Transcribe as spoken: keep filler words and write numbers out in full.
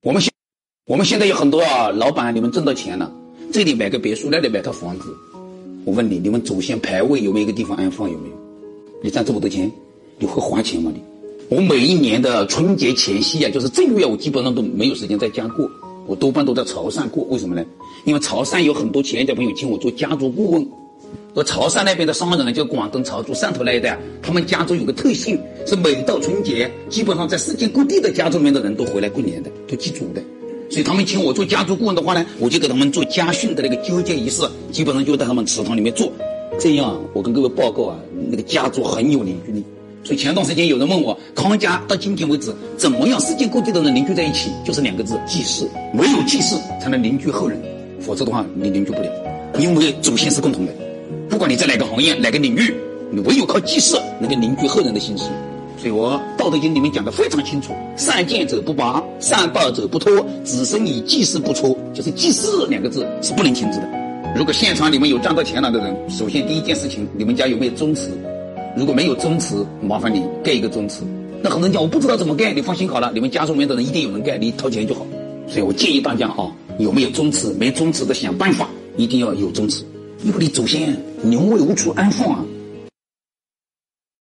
我们现我们现在有很多啊老板，你们挣到钱了，这里买个别墅，那里买套房子。我问你，你们祖先牌位有没有一个地方安放？有没有？你赚这么多钱，你会花钱吗？你？我每一年的春节前夕啊，就是正月，我基本上都没有时间在家过，我多半都在潮汕过。为什么呢？因为潮汕有很多企业家朋友请我做家族顾问。而潮汕那边的商人呢，就广东潮州汕头那一带，他们家族有个特性，是每到春节，基本上在世界各地的家族里面的人都回来过年的，都祭祖的。所以他们请我做家族顾问的话呢，我就给他们做家训的那个交接仪式，基本上就在他们祠堂里面做。这样我跟各位报告啊，那个家族很有凝聚力。所以前段时间有人问我，康家到今天为止怎么样世界各地的人凝聚在一起，就是两个字：祭祀。唯有祭祀才能凝聚后人，否则的话你凝聚不了，因为祖先是共同的。不管你在哪个行业哪个领域，你唯有靠祭祀能够凝聚后人的心思。所以我《道德经》里面讲得非常清楚，善见者不拔，善报者不脱，子孙以祭祀不出，就是祭祀两个字是不能停止的。如果现场你们有赚到钱了的人，首先第一件事情，你们家有没有宗祠？如果没有宗祠，麻烦你盖一个宗祠。那很多人讲我不知道怎么盖，你放心好了，你们家族里面的人一定有人盖，你掏钱就好。所以我建议大家啊，有没有宗祠？没宗祠的想办法，一定要有宗祠，因为你祖先宁为无处安放啊。